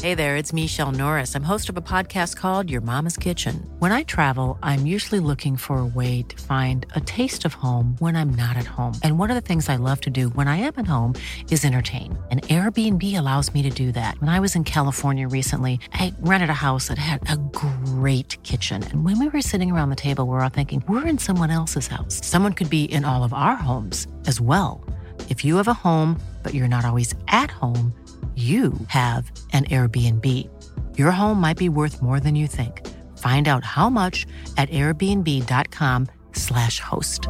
Hey there, it's Michelle Norris. I'm host of a podcast called Your Mama's Kitchen. When I travel, I'm usually looking for a way to find a taste of home when I'm not at home. And one of the things I love to do when I am at home is entertain. And Airbnb allows me to do that. When I was in California recently, I rented a house that had a great kitchen. And when we were sitting around the table, we were all thinking, we're in someone else's house. Someone could be in all of our homes as well. If you have a home, but you're not always at home, you have an Airbnb. Your home might be worth more than you think. Find out how much at airbnb.com/host.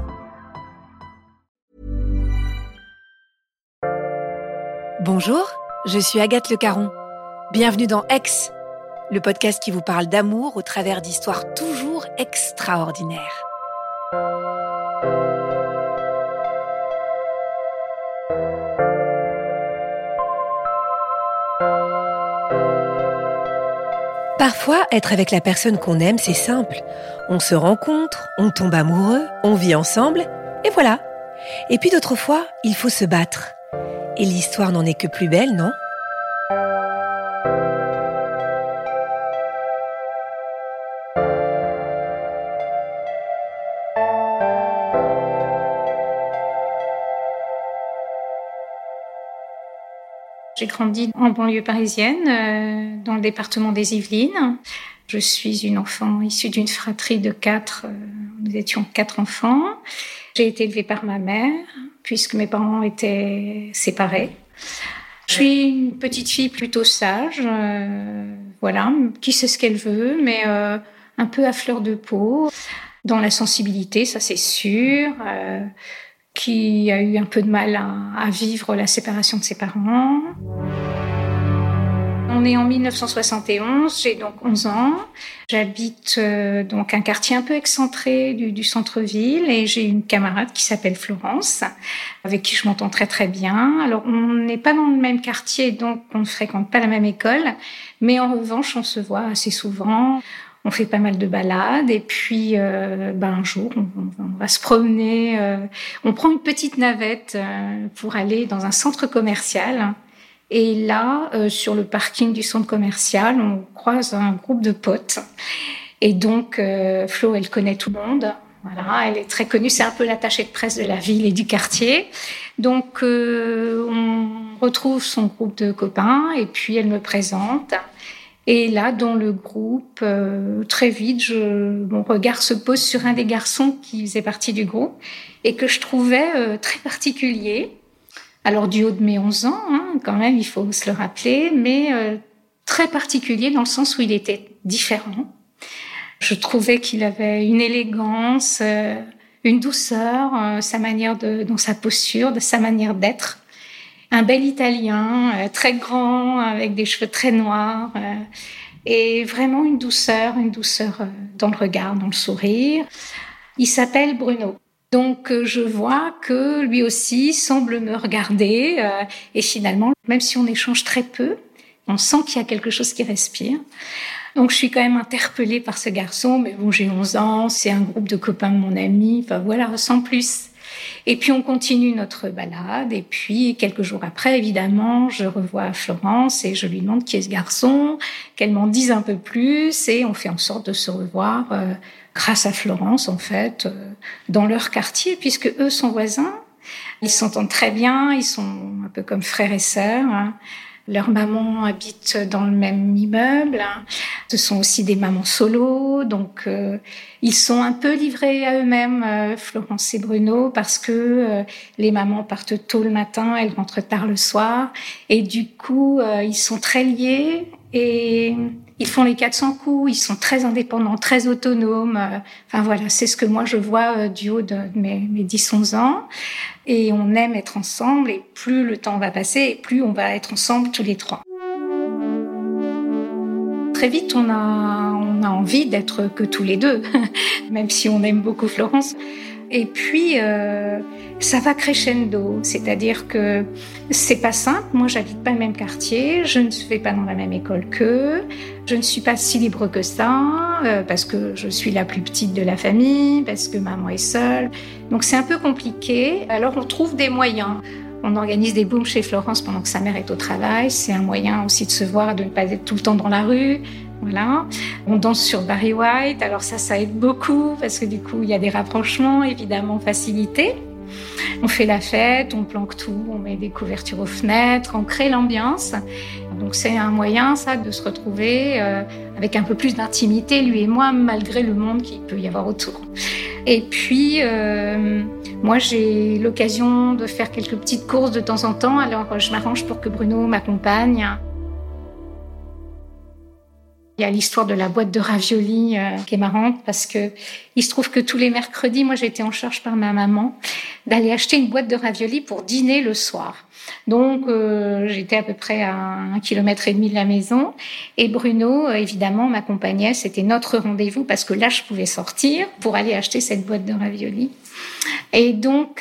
Bonjour, je suis Agathe Le Caron. Bienvenue dans Aix, le podcast qui vous parle d'amour au travers d'histoires toujours extraordinaires. Parfois, être avec la personne qu'on aime, c'est simple. On se rencontre, on tombe amoureux, on vit ensemble, et voilà. Et puis d'autres fois, il faut se battre. Et l'histoire n'en est que plus belle, non ? J'ai grandi en banlieue parisienne, dans le département des Yvelines. Je suis une enfant issue d'une fratrie de 4. Nous étions 4 enfants. J'ai été élevée par ma mère, puisque mes parents étaient séparés. Je suis une petite fille plutôt sage, qui sait ce qu'elle veut, mais un peu à fleur de peau. Dans la sensibilité, ça c'est sûr. Qui a eu un peu de mal à vivre la séparation de ses parents. On est en 1971, j'ai donc 11 ans. J'habite donc un quartier un peu excentré du centre-ville et j'ai une camarade qui s'appelle Florence, avec qui je m'entends très très bien. Alors on n'est pas dans le même quartier, donc on ne fréquente pas la même école, mais en revanche on se voit assez souvent. On fait pas mal de balades et puis un jour on va se promener. On prend une petite navette pour aller dans un centre commercial. Et là, sur le parking du centre commercial, on croise un groupe de potes. Et donc Flo, elle connaît tout le monde. Voilà, elle est très connue. C'est un peu l'attachée de presse de la ville et du quartier. Donc on retrouve son groupe de copains et puis elle me présente. Et là, dans le groupe, très vite, mon regard se pose sur un des garçons qui faisait partie du groupe et que je trouvais très particulier. Alors, du haut de mes 11 ans, quand même, il faut se le rappeler, mais très particulier dans le sens où il était différent. Je trouvais qu'il avait une élégance, une douceur, sa manière dans sa posture, de sa manière d'être. Un bel Italien, très grand, avec des cheveux très noirs, et vraiment une douceur dans le regard, dans le sourire. Il s'appelle Bruno. Donc je vois que lui aussi semble me regarder, et finalement, même si on échange très peu, on sent qu'il y a quelque chose qui respire. Donc je suis quand même interpellée par ce garçon, mais bon, j'ai 11 ans, c'est un groupe de copains de mon ami, enfin voilà, sans plus. Et puis on continue notre balade et puis quelques jours après, évidemment, je revois Florence et je lui demande qui est ce garçon, qu'elle m'en dise un peu plus et on fait en sorte de se revoir grâce à Florence en fait dans leur quartier puisque eux sont voisins. Ils s'entendent très bien, ils sont un peu comme frères et sœurs. Leurs mamans habitent dans le même immeuble. Ce sont aussi des mamans solo, donc ils sont un peu livrés à eux-mêmes, Florence et Bruno, parce que les mamans partent tôt le matin, elles rentrent tard le soir, et du coup ils sont très liés et ils font les 400 coups. Ils sont très indépendants, très autonomes. Enfin voilà, c'est ce que moi je vois du haut de mes 10-11 ans. Et on aime être ensemble, et plus le temps va passer, et plus on va être ensemble tous les 3. Très vite, on a envie d'être que tous les 2, même si on aime beaucoup Florence. Et puis, ça va crescendo, c'est-à-dire que c'est pas simple. Moi, j'habite pas le même quartier, je ne vais pas dans la même école qu'eux, je ne suis pas si libre que ça, parce que je suis la plus petite de la famille, parce que maman est seule. Donc, c'est un peu compliqué. Alors, on trouve des moyens. On organise des booms chez Florence pendant que sa mère est au travail. C'est un moyen aussi de se voir, de ne pas être tout le temps dans la rue. Voilà. On danse sur Barry White. Alors ça aide beaucoup parce que du coup, il y a des rapprochements, évidemment, facilités. On fait la fête, on planque tout, on met des couvertures aux fenêtres, on crée l'ambiance. Donc c'est un moyen, ça, de se retrouver avec un peu plus d'intimité, lui et moi, malgré le monde qu'il peut y avoir autour. Et puis, moi, j'ai l'occasion de faire quelques petites courses de temps en temps, alors je m'arrange pour que Bruno m'accompagne. Il y a l'histoire de la boîte de raviolis qui est marrante parce que il se trouve que tous les mercredis, moi j'ai été en charge par ma maman d'aller acheter une boîte de raviolis pour dîner le soir. Donc j'étais à peu près à 1,5 km de la maison et Bruno évidemment m'accompagnait. C'était notre rendez-vous parce que là je pouvais sortir pour aller acheter cette boîte de raviolis. Et donc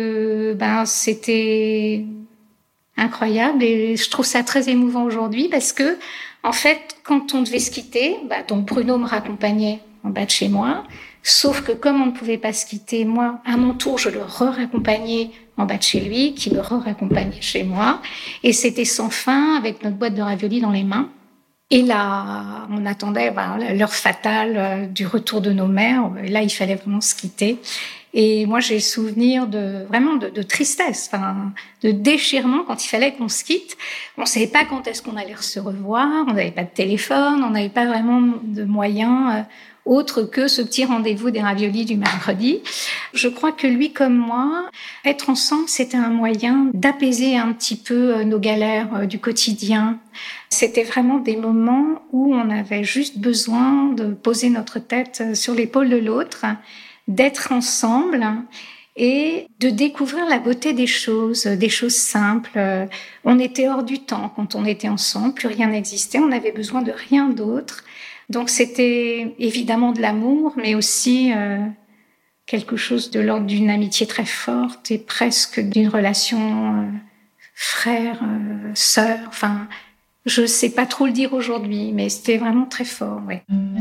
c'était incroyable et je trouve ça très émouvant aujourd'hui parce que en fait, quand on devait se quitter, donc Bruno me raccompagnait en bas de chez moi, sauf que comme on ne pouvait pas se quitter, moi, à mon tour, je le raccompagnais en bas de chez lui, qui me raccompagnait chez moi, et c'était sans fin avec notre boîte de raviolis dans les mains. Et là, on attendait l'heure fatale du retour de nos mères. Là, il fallait vraiment se quitter. Et moi, j'ai le souvenir de tristesse, de déchirement quand il fallait qu'on se quitte. On ne savait pas quand est-ce qu'on allait se revoir. On n'avait pas de téléphone. On n'avait pas vraiment de moyens autres que ce petit rendez-vous des raviolis du mercredi. Je crois que lui comme moi, être ensemble, c'était un moyen d'apaiser un petit peu nos galères du quotidien. C'était vraiment des moments où on avait juste besoin de poser notre tête sur l'épaule de l'autre, d'être ensemble et de découvrir la beauté des choses simples. On était hors du temps quand on était ensemble, plus rien n'existait, on n'avait besoin de rien d'autre. Donc c'était évidemment de l'amour, mais aussi quelque chose de l'ordre d'une amitié très forte et presque d'une relation frère, sœur. Enfin, je sais pas trop le dire aujourd'hui, mais c'était vraiment très fort, ouais.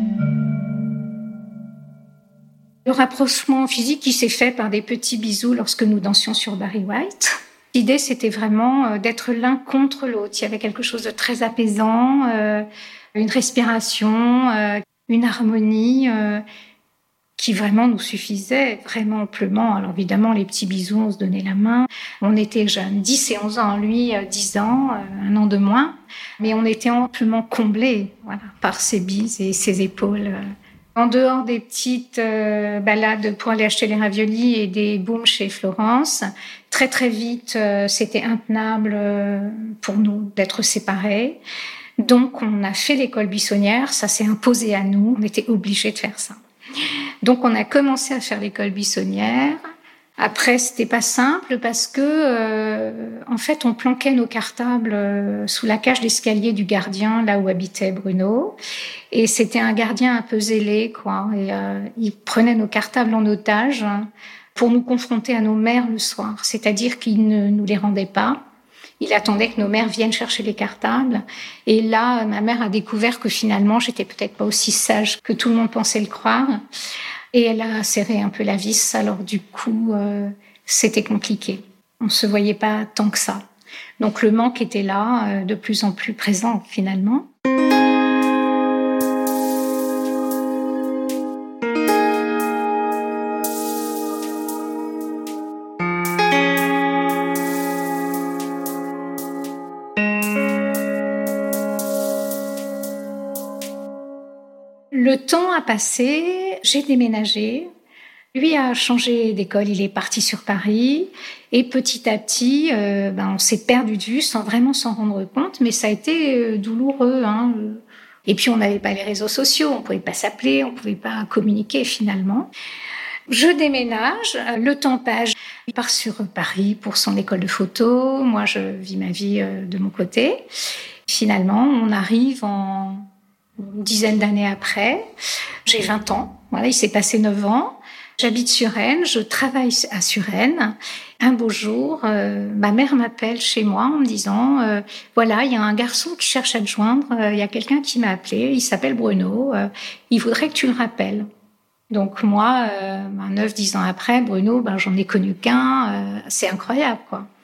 Le rapprochement physique qui s'est fait par des petits bisous lorsque nous dansions sur Barry White. L'idée, c'était vraiment d'être l'un contre l'autre. Il y avait quelque chose de très apaisant, une respiration, une harmonie qui vraiment nous suffisait, vraiment amplement. Alors évidemment, les petits bisous, on se donnait la main. On était jeunes, 10 et 11 ans, lui 10 ans, un an de moins. Mais on était amplement comblés par ses bises et ses épaules. En dehors des petites balades pour aller acheter les raviolis et des booms chez Florence, très très vite, c'était intenable pour nous d'être séparés. Donc on a fait l'école buissonnière, ça s'est imposé à nous, on était obligés de faire ça. Donc on a commencé à faire l'école buissonnière. Après, c'était pas simple parce que, en fait, on planquait nos cartables sous la cage d'escalier du gardien, là où habitait Bruno. Et c'était un gardien un peu zélé, quoi. Et il prenait nos cartables en otage pour nous confronter à nos mères le soir. C'est-à-dire qu'il ne nous les rendait pas. Il attendait que nos mères viennent chercher les cartables. Et là, ma mère a découvert que finalement, j'étais peut-être pas aussi sage que tout le monde pensait le croire. Et elle a serré un peu la vis, alors du coup, c'était compliqué. On ne se voyait pas tant que ça. Donc le manque était là, de plus en plus présent finalement. Le temps a passé, j'ai déménagé. Lui a changé d'école, il est parti sur Paris. Et petit à petit, on s'est perdu de vue sans vraiment s'en rendre compte. Mais ça a été douloureux. Et puis, on n'avait pas les réseaux sociaux, on ne pouvait pas s'appeler, on ne pouvait pas communiquer finalement. Je déménage, le temps passe. Il part sur Paris pour son école de photo. Moi, je vis ma vie de mon côté. Finalement, on arrive en une dizaine d'années après. J'ai 20 ans. Voilà, il s'est passé 9 ans. J'habite sur Rennes, je travaille à Suresnes. Un beau jour, ma mère m'appelle chez moi en me disant voilà, il y a un garçon qui cherche à te joindre, il y a quelqu'un qui m'a appelé, il s'appelle Bruno, il voudrait que tu le rappelles. Donc moi, 9-10 ans après, Bruno, j'en ai connu qu'un, c'est incroyable, quoi.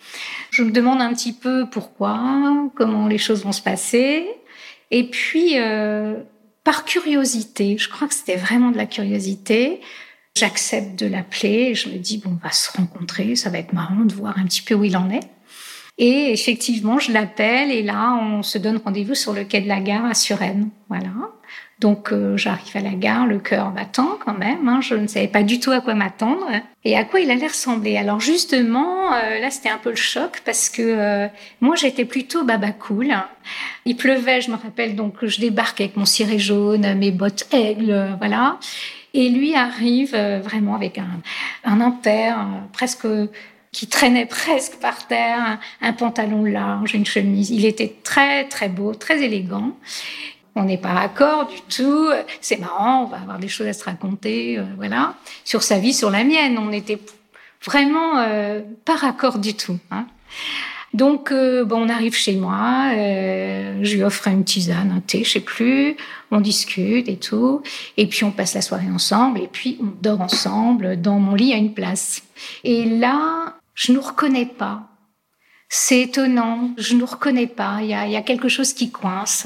Je me demande un petit peu pourquoi, comment les choses vont se passer. Et puis, par curiosité, je crois que c'était vraiment de la curiosité, j'accepte de l'appeler. Je me dis, bon, on va se rencontrer, ça va être marrant de voir un petit peu où il en est. Et effectivement, je l'appelle et là, on se donne rendez-vous sur le quai de la gare à Suresnes. Voilà. Donc, j'arrive à la gare, le cœur battant quand même. Hein, je ne savais pas du tout à quoi m'attendre et à quoi il allait ressembler. Alors justement, là, c'était un peu le choc parce que moi, j'étais plutôt baba cool. Il pleuvait, je me rappelle, donc je débarque avec mon ciré jaune, mes bottes aigles, voilà. Et lui arrive vraiment avec un impair presque qui traînait presque par terre, un pantalon large, une chemise. Il était très, très beau, très élégant. On n'est pas raccord du tout. C'est marrant, on va avoir des choses à se raconter, voilà. Sur sa vie, sur la mienne, on était vraiment pas raccord du tout. Hein. Donc, on arrive chez moi, je lui offre une tisane, un thé, je sais plus. On discute et tout. Et puis, on passe la soirée ensemble. Et puis, on dort ensemble dans mon lit à une place. Et là, je nous reconnais pas. C'est étonnant, je nous reconnais pas. Il y a quelque chose qui coince.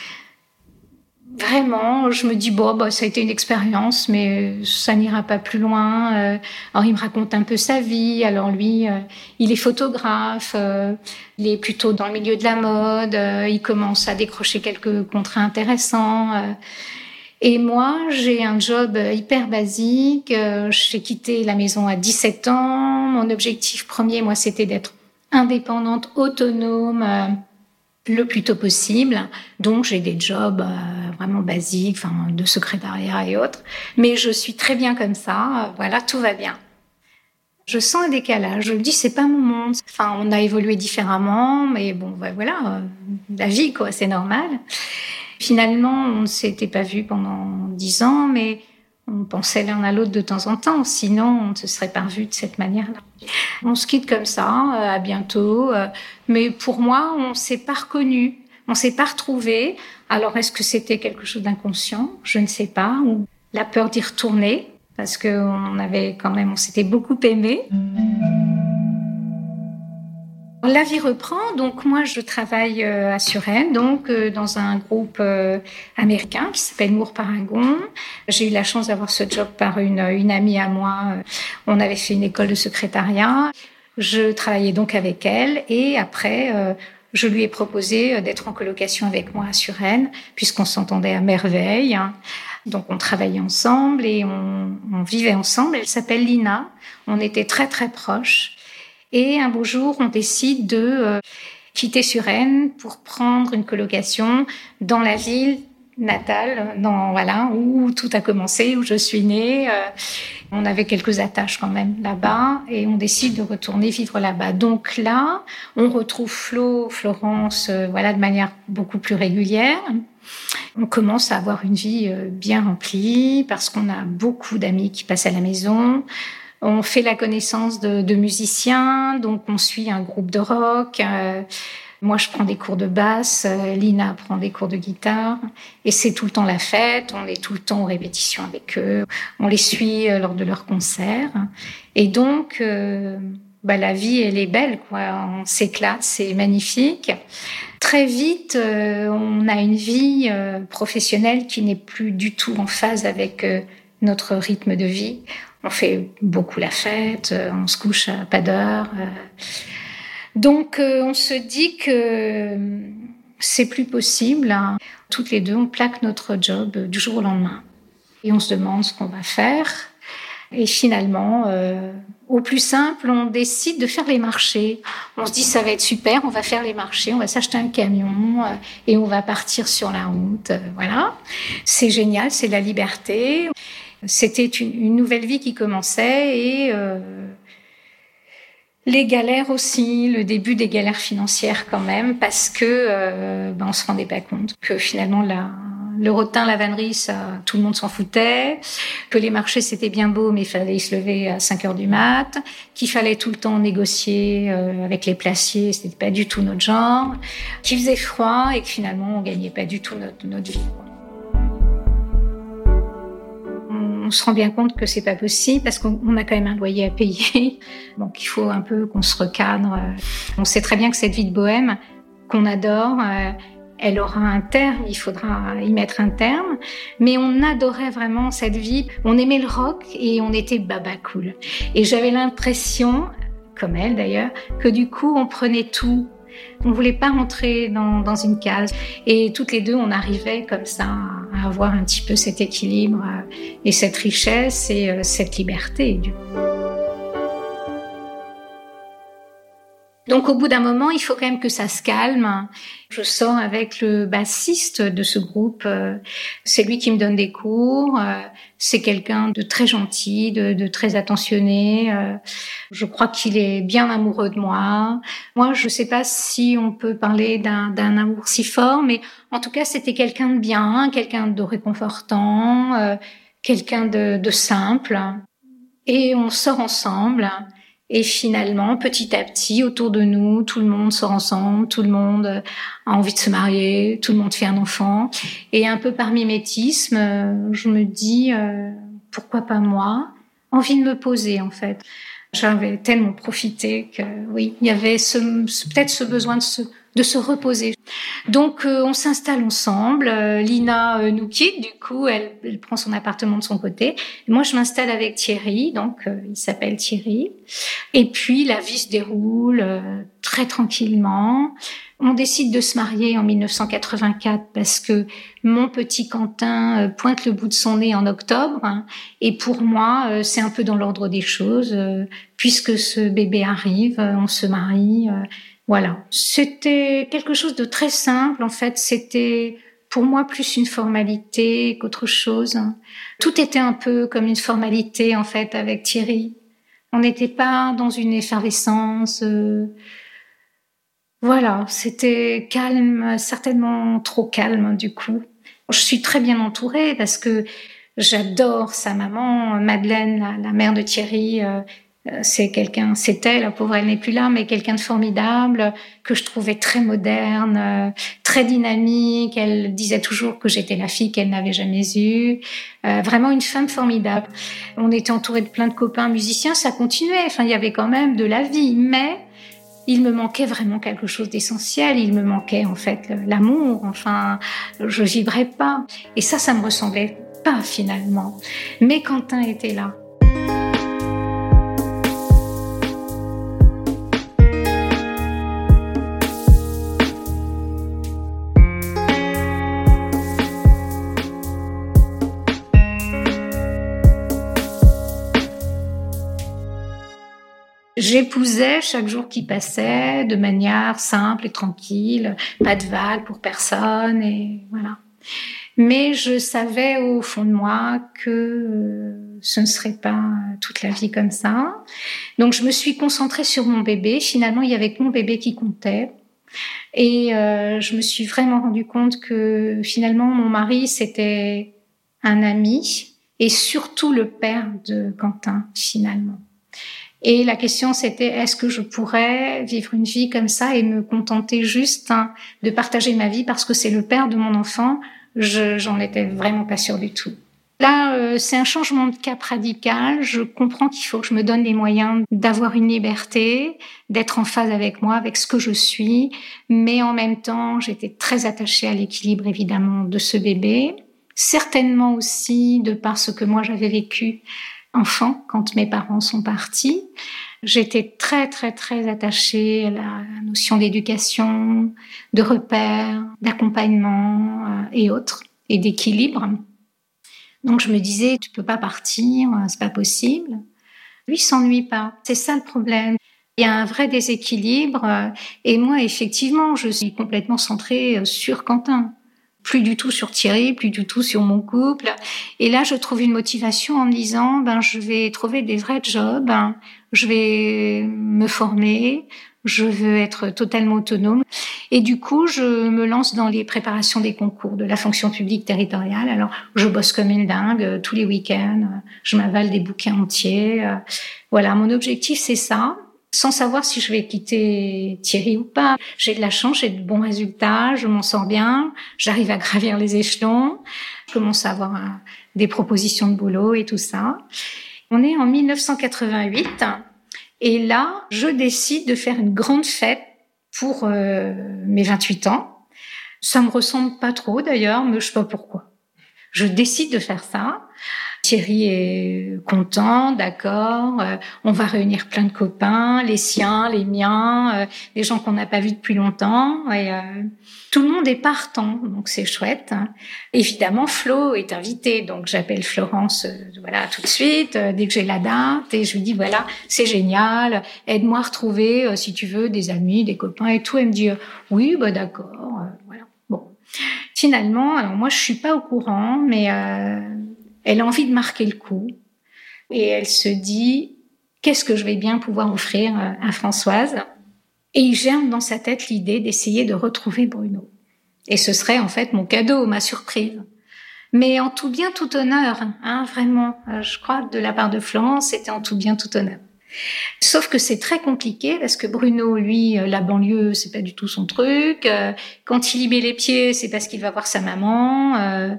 Vraiment, je me dis, ça a été une expérience, mais ça n'ira pas plus loin. Alors, il me raconte un peu sa vie. Alors, lui, il est photographe, il est plutôt dans le milieu de la mode, il commence à décrocher quelques contrats intéressants. Et moi, j'ai un job hyper basique. J'ai quitté la maison à 17 ans. Mon objectif premier, moi, c'était d'être indépendante, autonome, le plus tôt possible. Donc, j'ai des jobs vraiment basiques, de secrétariat et autres. Mais je suis très bien comme ça. Voilà, tout va bien. Je sens un décalage. Je me dis, c'est pas mon monde. On a évolué différemment, mais voilà, la vie, quoi, c'est normal. Finalement, on ne s'était pas vus pendant 10 ans, mais on pensait l'un à l'autre de temps en temps. Sinon, on ne se serait pas revus de cette manière-là. On se quitte comme ça, à bientôt. Mais pour moi, on ne s'est pas reconnus. On ne s'est pas retrouvés. Alors, est-ce que c'était quelque chose d'inconscient ? Je ne sais pas. Ou la peur d'y retourner, parce on s'était beaucoup aimés. La vie reprend, donc moi je travaille à Suresnes, dans un groupe américain qui s'appelle Moore Paragon. J'ai eu la chance d'avoir ce job par une amie à moi. On avait fait une école de secrétariat. Je travaillais donc avec elle et après je lui ai proposé d'être en colocation avec moi à Suresnes puisqu'on s'entendait à merveille. Donc on travaillait ensemble et on vivait ensemble. Elle s'appelle Lina. On était très très proches. Et un beau jour, on décide de quitter Suresnes pour prendre une colocation dans la ville natale, où tout a commencé, où je suis née. On avait quelques attaches quand même là-bas et on décide de retourner vivre là-bas. Donc là, on retrouve Florence, de manière beaucoup plus régulière. On commence à avoir une vie bien remplie parce qu'on a beaucoup d'amis qui passent à la maison. On fait la connaissance de musiciens, donc on suit un groupe de rock. Moi, je prends des cours de basse, Lina prend des cours de guitare. Et c'est tout le temps la fête, on est tout le temps aux répétitions avec eux. On les suit lors de leurs concerts. Et donc, la vie, elle est belle, quoi. On s'éclate, c'est magnifique. Très vite, on a une vie professionnelle qui n'est plus du tout en phase avec notre rythme de vie. On fait beaucoup la fête, on se couche à pas d'heure. Donc, on se dit que c'est plus possible. Toutes les deux, on plaque notre job du jour au lendemain. Et on se demande ce qu'on va faire. Et finalement, au plus simple, on décide de faire les marchés. On se dit, ça va être super, on va faire les marchés, on va s'acheter un camion et on va partir sur la route. Voilà. C'est génial, c'est la liberté. C'était une nouvelle vie qui commençait et les galères aussi, le début des galères financières quand même, parce que on se rendait pas compte que finalement le rotin, la vannerie, ça, tout le monde s'en foutait, que les marchés c'était bien beau, mais il fallait se lever à 5h du mat, qu'il fallait tout le temps négocier avec les placiers, c'était pas du tout notre genre, qu'il faisait froid et que finalement on gagnait pas du tout notre vie. On on se rend bien compte que c'est pas possible parce qu'on a quand même un loyer à payer. Donc il faut un peu qu'on se recadre. On sait très bien que cette vie de bohème qu'on adore, elle aura un terme, il faudra y mettre un terme. Mais on adorait vraiment cette vie. On aimait le rock et on était baba cool. Et j'avais l'impression, comme elle d'ailleurs, que du coup on prenait tout. On voulait pas rentrer dans une case. Et toutes les deux, on arrivait comme ça à avoir un petit peu cet équilibre et cette richesse et cette liberté, du coup. Donc, au bout d'un moment, il faut quand même que ça se calme. Je sors avec le bassiste de ce groupe. C'est lui qui me donne des cours. C'est quelqu'un de très gentil, de très attentionné. Je crois qu'il est bien amoureux de moi. Moi, je sais pas si on peut parler d'un amour si fort, mais en tout cas, c'était quelqu'un de bien, quelqu'un de réconfortant, quelqu'un de simple. Et on sort ensemble. Et finalement, petit à petit, autour de nous, tout le monde sort ensemble, tout le monde a envie de se marier, tout le monde fait un enfant. Et un peu par mimétisme, je me dis, pourquoi pas moi? Envie de me poser, en fait. J'avais tellement profité que, oui, il y avait peut-être ce besoin de se reposer. Donc, on s'installe ensemble. Lina nous quitte, du coup, elle prend son appartement de son côté. Et moi, je m'installe avec Thierry, donc il s'appelle Thierry. Et puis, la vie se déroule très tranquillement. On décide de se marier en 1984 parce que mon petit Quentin pointe le bout de son nez en octobre. Et pour moi, c'est un peu dans l'ordre des choses. Puisque ce bébé arrive, on se marie. Voilà. C'était quelque chose de très simple. En fait, c'était pour moi plus une formalité qu'autre chose. Tout était un peu comme une formalité, en fait, avec Thierry. On n'était pas dans une effervescence. Voilà, c'était calme, certainement trop calme, du coup. Je suis très bien entourée parce que j'adore sa maman, Madeleine, la mère de Thierry. C'était, la pauvre, elle n'est plus là, mais quelqu'un de formidable, que je trouvais très moderne, très dynamique. Elle disait toujours que j'étais la fille qu'elle n'avait jamais eue. Vraiment une femme formidable. On était entourés de plein de copains musiciens, ça continuait. Enfin, il y avait quand même de la vie, mais il me manquait vraiment quelque chose d'essentiel. Il me manquait, en fait, l'amour. Enfin, je vibrais pas. Et ça me ressemblait pas, finalement. Mais Quentin était là. J'épousais chaque jour qui passait de manière simple et tranquille, pas de vagues pour personne, et voilà. Mais je savais au fond de moi que ce ne serait pas toute la vie comme ça. Donc je me suis concentrée sur mon bébé. Finalement, il y avait que mon bébé qui comptait. Et je me suis vraiment rendu compte que finalement, mon mari, c'était un ami et surtout le père de Quentin, finalement. Et la question, c'était, est-ce que je pourrais vivre une vie comme ça et me contenter juste de partager ma vie parce que c'est le père de mon enfant? J'en étais vraiment pas sûre du tout. Là, c'est un changement de cap radical. Je comprends qu'il faut que je me donne les moyens d'avoir une liberté, d'être en phase avec moi, avec ce que je suis. Mais en même temps, j'étais très attachée à l'équilibre, évidemment, de ce bébé. Certainement aussi de par ce que moi j'avais vécu enfant, quand mes parents sont partis. J'étais très, très, très attachée à la notion d'éducation, de repères, d'accompagnement et autres, et d'équilibre. Donc je me disais, tu peux pas partir, c'est pas possible. Lui s'ennuie pas, c'est ça le problème. Il y a un vrai déséquilibre, et moi, effectivement, je suis complètement centrée sur Quentin. Plus du tout sur Thierry, plus du tout sur mon couple. Et là, je trouve une motivation en me disant, je vais trouver des vrais jobs, je vais me former, je veux être totalement autonome. Et du coup, je me lance dans les préparations des concours de la fonction publique territoriale. Alors, je bosse comme une dingue tous les week-ends, je m'avale des bouquins entiers. Voilà, mon objectif, c'est ça. sans savoir si je vais quitter Thierry ou pas. J'ai de la chance, j'ai de bons résultats, je m'en sors bien, j'arrive à gravir les échelons, je commence à avoir des propositions de boulot et tout ça. On est en 1988 et là, je décide de faire une grande fête pour mes 28 ans. Ça me ressemble pas trop d'ailleurs, mais je sais pas pourquoi. Je décide de faire ça. Thierry est content, d'accord. On va réunir plein de copains, les siens, les miens, des gens qu'on n'a pas vus depuis longtemps. Et tout le monde est partant, donc c'est chouette. Évidemment, Flo est invité, donc j'appelle Florence, voilà, tout de suite, dès que j'ai la date, et je lui dis voilà, c'est génial, aide-moi à retrouver, si tu veux, des amis, des copains et tout. Elle me dit oui, bah d'accord, voilà. Bon, finalement, alors moi je suis pas au courant, mais elle a envie de marquer le coup et elle se dit qu'est-ce que je vais bien pouvoir offrir à Françoise. Et il germe dans sa tête l'idée d'essayer de retrouver Bruno. Et ce serait en fait mon cadeau, ma surprise. Mais en tout bien, tout honneur, hein, vraiment. Je crois que de la part de Florence, c'était en tout bien, tout honneur. Sauf que c'est très compliqué parce que Bruno, lui, la banlieue, c'est pas du tout son truc. Quand il y met les pieds, c'est parce qu'il va voir sa maman.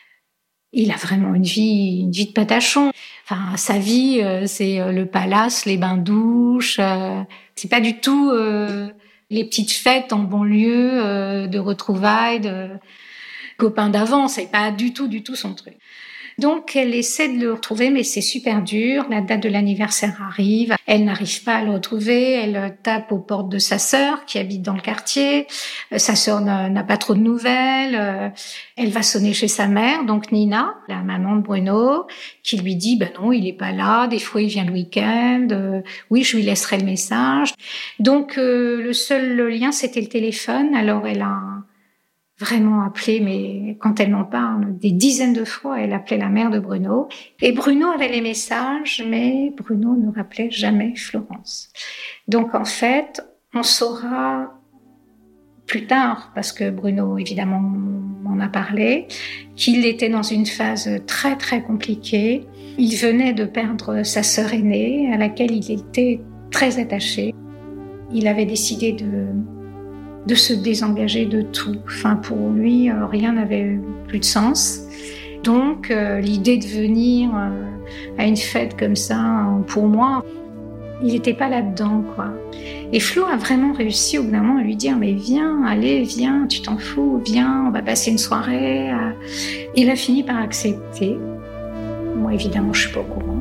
Il a vraiment une vie de patachon. Enfin, sa vie, c'est le palace, les bains-douches. C'est pas du tout les petites fêtes en banlieue de retrouvailles, de copains d'avant. C'est pas du tout son truc. Donc, elle essaie de le retrouver, mais c'est super dur. La date de l'anniversaire arrive. Elle n'arrive pas à le retrouver. Elle tape aux portes de sa sœur, qui habite dans le quartier. Sa sœur n'a pas trop de nouvelles. Elle va sonner chez sa mère, donc Nina, la maman de Bruno, qui lui dit, ben non, il est pas là. Des fois, il vient le week-end. Oui, je lui laisserai le message. Donc, le seul lien, c'était le téléphone. Alors, elle a vraiment appelé, mais quand elle m'en parle, des dizaines de fois, elle appelait la mère de Bruno. Et Bruno avait les messages, mais Bruno ne rappelait jamais Florence. Donc en fait, on saura plus tard, parce que Bruno, évidemment, m'en a parlé, qu'il était dans une phase très, très compliquée. Il venait de perdre sa sœur aînée, à laquelle il était très attaché. Il avait décidé de se désengager de tout. Enfin, pour lui, rien n'avait plus de sens. Donc, l'idée de venir à une fête comme ça, pour moi, il n'était pas là-dedans, quoi. Et Flo a vraiment réussi au bout d'un moment à lui dire « Mais viens, allez, viens, tu t'en fous, viens, on va passer une soirée. » Il a fini par accepter. Moi, évidemment, je ne suis pas au courant.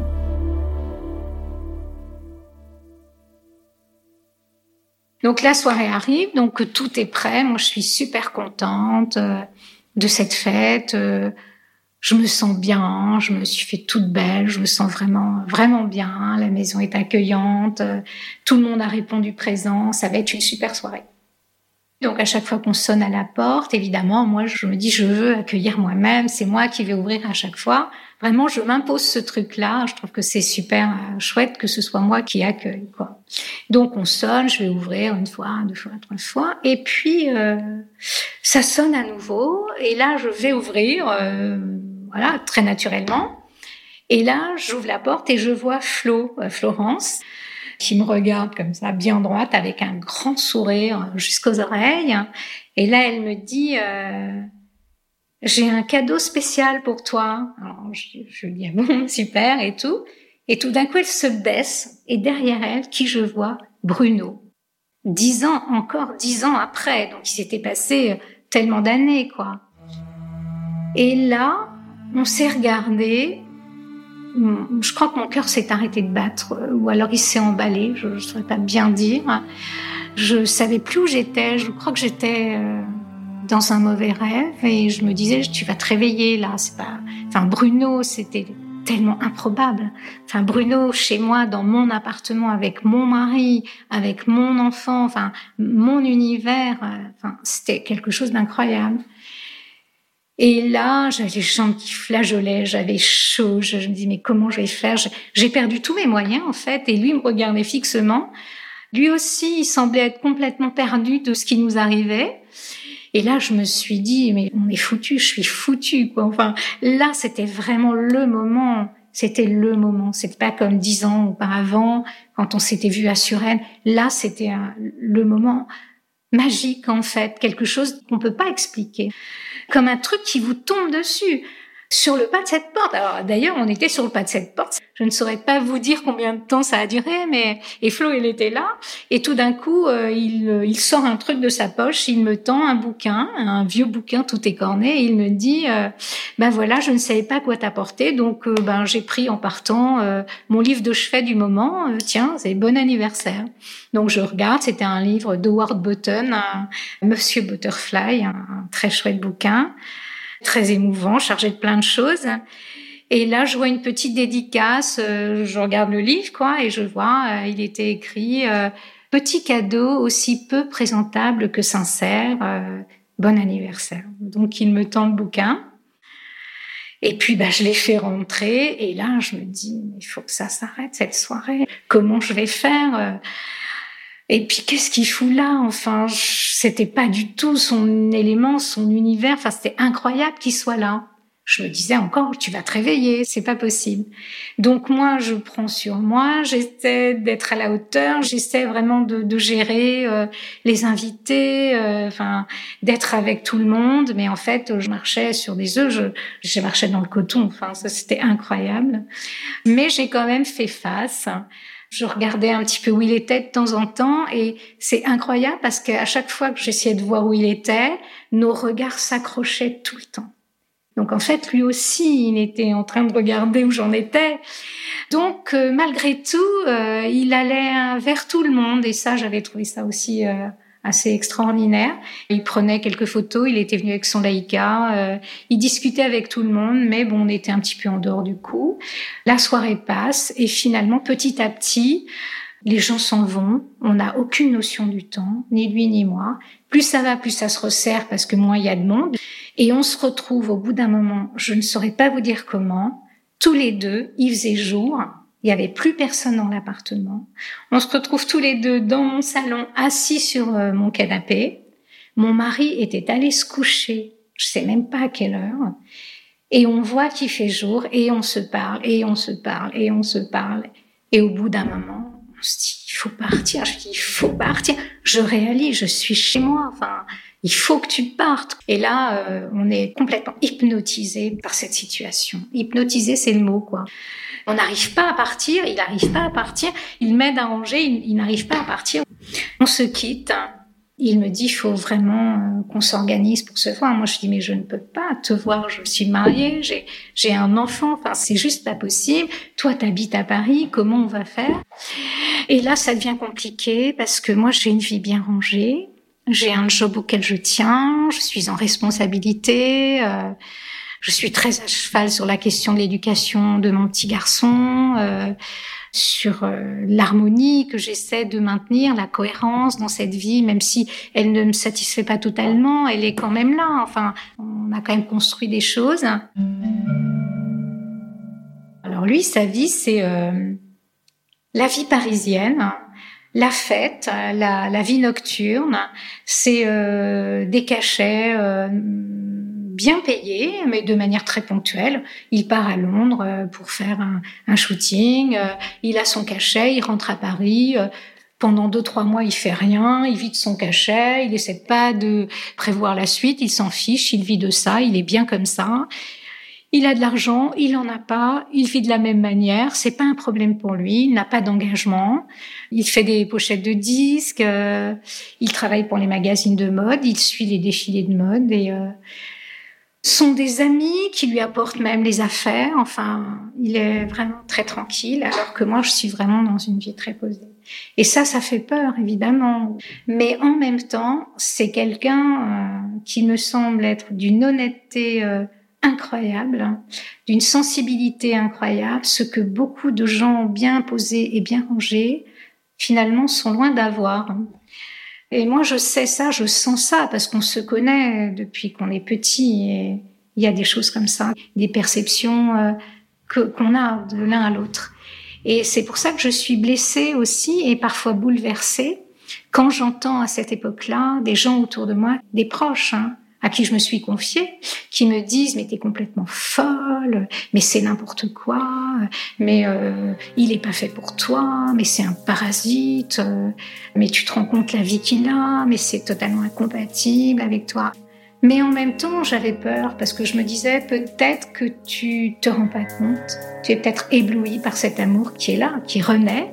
Donc la soirée arrive, donc tout est prêt. Moi, je suis super contente de cette fête. Je me sens bien, je me suis fait toute belle, je me sens vraiment, vraiment bien. La maison est accueillante, tout le monde a répondu présent. Ça va être une super soirée. Donc à chaque fois qu'on sonne à la porte, évidemment, moi je me dis je veux accueillir moi-même. C'est moi qui vais ouvrir à chaque fois. Vraiment, je m'impose ce truc-là. Je trouve que c'est super chouette que ce soit moi qui accueille, quoi. Donc on sonne, je vais ouvrir une fois, deux fois, trois fois, et puis ça sonne à nouveau. Et là, je vais ouvrir, voilà, très naturellement. Et là, j'ouvre la porte et je vois Florence, qui me regarde comme ça, bien droite, avec un grand sourire jusqu'aux oreilles. Et là, elle me dit j'ai un cadeau spécial pour toi. Alors, je lui dis, ah bon, super, et tout. Et tout d'un coup, elle se baisse, et derrière elle, qui je vois? Bruno. 10 ans après. Donc, il s'était passé tellement d'années, quoi. Et là, on s'est regardé. Je crois que mon cœur s'est arrêté de battre, ou alors il s'est emballé, je ne saurais pas bien dire. Je savais plus où j'étais, je crois que j'étais dans un mauvais rêve, et je me disais, tu vas te réveiller là, c'est pas... Enfin, Bruno, c'était tellement improbable. Enfin, Bruno, chez moi, dans mon appartement, avec mon mari, avec mon enfant, enfin, mon univers, enfin, c'était quelque chose d'incroyable. Et là, j'avais les jambes qui flageolaient, j'avais chaud, je me dis mais comment je vais faire? J'ai perdu tous mes moyens en fait, et lui me regardait fixement. Lui aussi, il semblait être complètement perdu de ce qui nous arrivait. Et là, je me suis dit mais on est foutus, je suis foutue quoi. Enfin, là, c'était vraiment le moment C'était le moment. C'est pas comme 10 ans auparavant, quand on s'était vu à Suresnes. Là, c'était le moment magique, en fait. Quelque chose qu'on peut pas expliquer. Comme un truc qui vous tombe dessus. Sur le pas de cette porte. Alors, d'ailleurs, on était sur le pas de cette porte. Je ne saurais pas vous dire combien de temps ça a duré, et Flo, il était là. Et tout d'un coup, il sort un truc de sa poche, il me tend un bouquin, un vieux bouquin tout écorné, et il me dit, ben voilà, je ne savais pas quoi t'apporter, donc, j'ai pris en partant, mon livre de chevet du moment, tiens, c'est bon anniversaire. Donc, je regarde, c'était un livre d'Howard Button, Monsieur Butterfly, un très chouette bouquin. Très émouvant, chargé de plein de choses. Et là, je vois une petite dédicace, je regarde le livre, et je vois, il était écrit « Petit cadeau aussi peu présentable que sincère, bon anniversaire ». Donc, il me tend le bouquin. Et puis, je l'ai fait rentrer. Et là, je me dis « Il faut que ça s'arrête, cette soirée. Comment je vais faire ?» Et puis, qu'est-ce qu'il fout là? Enfin, c'était pas du tout son élément, son univers. Enfin, c'était incroyable qu'il soit là. Je me disais encore, tu vas te réveiller, c'est pas possible. Donc moi, je prends sur moi, j'essaie d'être à la hauteur, j'essaie vraiment de gérer les invités, d'être avec tout le monde. Mais en fait, je marchais sur des œufs, je marchais dans le coton. Enfin, ça, c'était incroyable. Mais j'ai quand même fait face. Je regardais un petit peu où il était de temps en temps, et c'est incroyable parce qu'à chaque fois que j'essayais de voir où il était, nos regards s'accrochaient tout le temps. Donc en fait, lui aussi, il était en train de regarder où j'en étais. Donc malgré tout, il allait vers tout le monde, et ça, j'avais trouvé ça aussi assez extraordinaire. Il prenait quelques photos, il était venu avec son Leica, il discutait avec tout le monde, mais bon, on était un petit peu en dehors du coup. La soirée passe, et finalement, petit à petit, les gens s'en vont, on n'a aucune notion du temps, ni lui ni moi. Plus ça va, plus ça se resserre, parce que moins il y a de monde. Et on se retrouve au bout d'un moment, je ne saurais pas vous dire comment, tous les deux, il faisait jour, il y avait plus personne dans l'appartement. On se retrouve tous les deux dans mon salon, assis sur mon canapé. Mon mari était allé se coucher, je sais même pas à quelle heure. Et on voit qu'il fait jour, et on se parle, et on se parle, et on se parle. Et au bout d'un moment, on se dit, il faut partir. Je dis, il faut partir. Je réalise, je suis chez moi. Enfin, il faut que tu partes. Et là, on est complètement hypnotisé par cette situation. Hypnotisé, c'est le mot, quoi. On n'arrive pas à partir, il n'arrive pas à partir. Il m'aide à ranger, il n'arrive pas à partir. On se quitte. Il me dit, il faut vraiment qu'on s'organise pour se voir. Moi, je dis, mais je ne peux pas te voir. Je suis mariée, j'ai un enfant. Enfin, c'est juste pas possible. Toi, t'habites à Paris. Comment on va faire? Et là, ça devient compliqué parce que moi, j'ai une vie bien rangée. J'ai un job auquel je tiens. Je suis en responsabilité. Je suis très à cheval sur la question de l'éducation de mon petit garçon. Sur l'harmonie que j'essaie de maintenir, la cohérence dans cette vie, même si elle ne me satisfait pas totalement, elle est quand même là. Enfin, on a quand même construit des choses. Alors lui, sa vie, c'est la vie parisienne, la fête, la vie nocturne. C'est des cachets bien payé, mais de manière très ponctuelle. Il part à Londres pour faire un shooting, il a son cachet, il rentre à Paris. Pendant 2-3 mois, il fait rien, il vit de son cachet, il essaie pas de prévoir la suite, il s'en fiche, il vit de ça, il est bien comme ça. Il a de l'argent, il en a pas, il vit de la même manière, c'est pas un problème pour lui, il n'a pas d'engagement. Il fait des pochettes de disques, il travaille pour les magazines de mode, il suit les défilés de mode, et sont des amis qui lui apportent même les affaires. Enfin, il est vraiment très tranquille, alors que moi, je suis vraiment dans une vie très posée. Et ça fait peur, évidemment. Mais en même temps, c'est quelqu'un qui me semble être d'une honnêteté incroyable, d'une sensibilité incroyable, ce que beaucoup de gens bien posés et bien rangés, finalement, sont loin d'avoir. Et moi, je sais ça, je sens ça, parce qu'on se connaît depuis qu'on est petit, et il y a des choses comme ça, des perceptions qu'on a de l'un à l'autre. Et c'est pour ça que je suis blessée aussi, et parfois bouleversée, quand j'entends à cette époque-là des gens autour de moi, des proches, à qui je me suis confiée, qui me disent mais t'es complètement folle, mais c'est n'importe quoi, mais il est pas fait pour toi, mais c'est un parasite, mais tu te rends compte la vie qu'il a, mais c'est totalement incompatible avec toi. Mais en même temps, j'avais peur parce que je me disais peut-être que tu te rends pas compte, tu es peut-être ébloui par cet amour qui est là, qui renaît.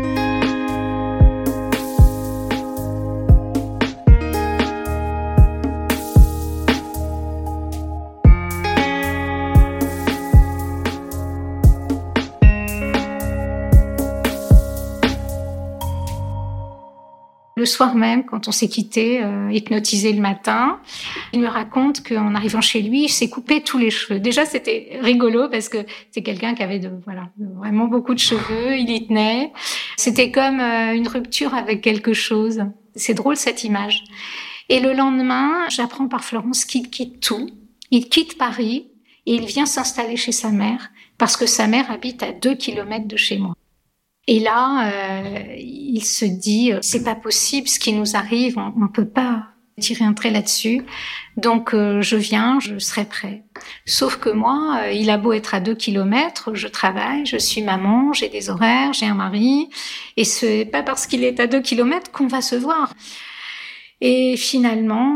Le soir même, quand on s'est quitté, hypnotisé le matin, il me raconte qu'en arrivant chez lui, il s'est coupé tous les cheveux. Déjà, c'était rigolo parce que c'est quelqu'un qui avait vraiment beaucoup de cheveux, il y tenait. C'était comme une rupture avec quelque chose. C'est drôle cette image. Et le lendemain, j'apprends par Florence qu'il quitte tout. Il quitte Paris et il vient s'installer chez sa mère parce que sa mère habite à 2 kilomètres de chez moi. Et là, il se dit, c'est pas possible, ce qui nous arrive, on peut pas tirer un trait là-dessus. Donc, je viens, je serai prêt. Sauf que moi, il a beau être à 2 kilomètres, je travaille, je suis maman, j'ai des horaires, j'ai un mari, et c'est pas parce qu'il est à 2 kilomètres qu'on va se voir. Et finalement,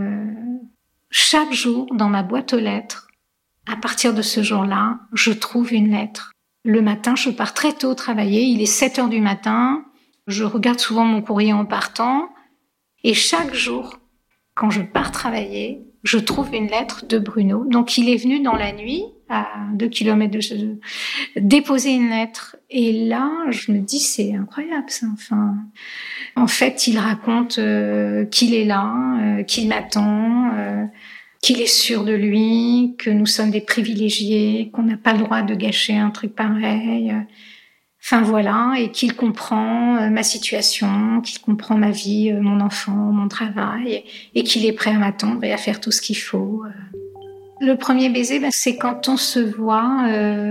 chaque jour, dans ma boîte aux lettres, à partir de ce jour-là, je trouve une lettre. Le matin, je pars très tôt travailler. Il est 7h du matin. Je regarde souvent mon courrier en partant. Et chaque jour, quand je pars travailler, je trouve une lettre de Bruno. Donc, il est venu dans la nuit, à 2 kilomètres de chez eux, déposer une lettre. Et là, je me dis, c'est incroyable, ça. Enfin, en fait, il raconte qu'il est là, qu'il m'attend, qu'il est sûr de lui, que nous sommes des privilégiés, qu'on n'a pas le droit de gâcher un truc pareil. Enfin voilà, et qu'il comprend ma situation, qu'il comprend ma vie, mon enfant, mon travail, et qu'il est prêt à m'attendre et à faire tout ce qu'il faut. Le premier baiser, c'est quand on se voit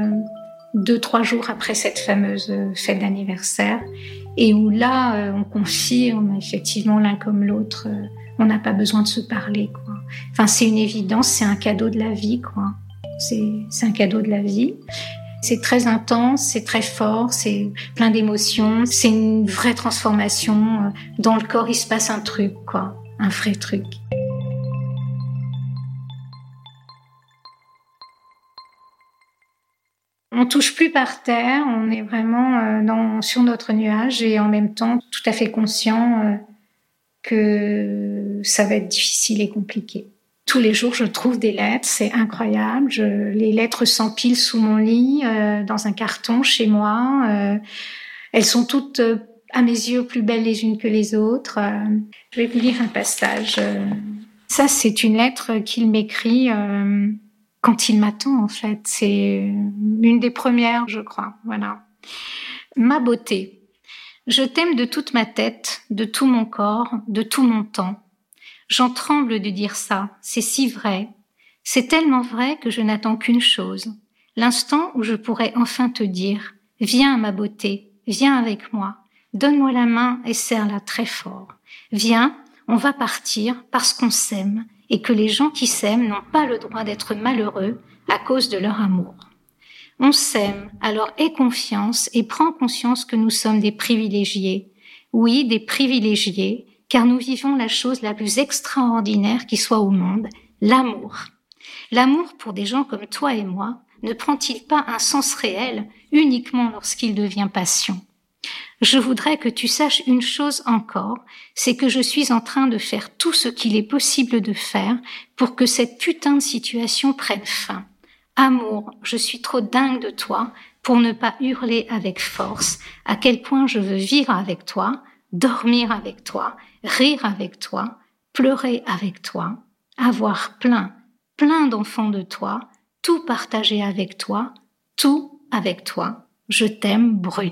2-3 jours après cette fameuse fête d'anniversaire, et où là, on confirme effectivement l'un comme l'autre, on n'a pas besoin de se parler, quoi. Enfin, c'est une évidence, c'est un cadeau de la vie, quoi. C'est un cadeau de la vie. C'est très intense, c'est très fort, c'est plein d'émotions. C'est une vraie transformation. Dans le corps, il se passe un truc, quoi. Un vrai truc. On touche plus par terre, on est vraiment sur notre nuage et en même temps tout à fait conscient que ça va être difficile et compliqué. Tous les jours, je trouve des lettres, c'est incroyable. Les lettres s'empilent sous mon lit, dans un carton chez moi. Elles sont toutes, à mes yeux, plus belles les unes que les autres. Je vais vous lire un passage. Ça, c'est une lettre qu'il m'écrit quand il m'attend, en fait. C'est une des premières, je crois. Voilà. Ma beauté. Je t'aime de toute ma tête, de tout mon corps, de tout mon temps. J'en tremble de dire ça, c'est si vrai. C'est tellement vrai que je n'attends qu'une chose. L'instant où je pourrai enfin te dire « Viens, ma beauté, viens avec moi. Donne-moi la main et serre-la très fort. Viens, on va partir parce qu'on s'aime et que les gens qui s'aiment n'ont pas le droit d'être malheureux à cause de leur amour. On s'aime, alors aie confiance et prends conscience que nous sommes des privilégiés. Oui, des privilégiés, car nous vivons la chose la plus extraordinaire qui soit au monde, l'amour. L'amour pour des gens comme toi et moi ne prend-il pas un sens réel uniquement lorsqu'il devient passion ? Je voudrais que tu saches une chose encore, c'est que je suis en train de faire tout ce qu'il est possible de faire pour que cette putain de situation prenne fin. Amour, je suis trop dingue de toi pour ne pas hurler avec force à quel point je veux vivre avec toi, dormir avec toi, rire avec toi, pleurer avec toi, avoir plein d'enfants de toi, tout partager avec toi, tout avec toi. Je t'aime, Brune.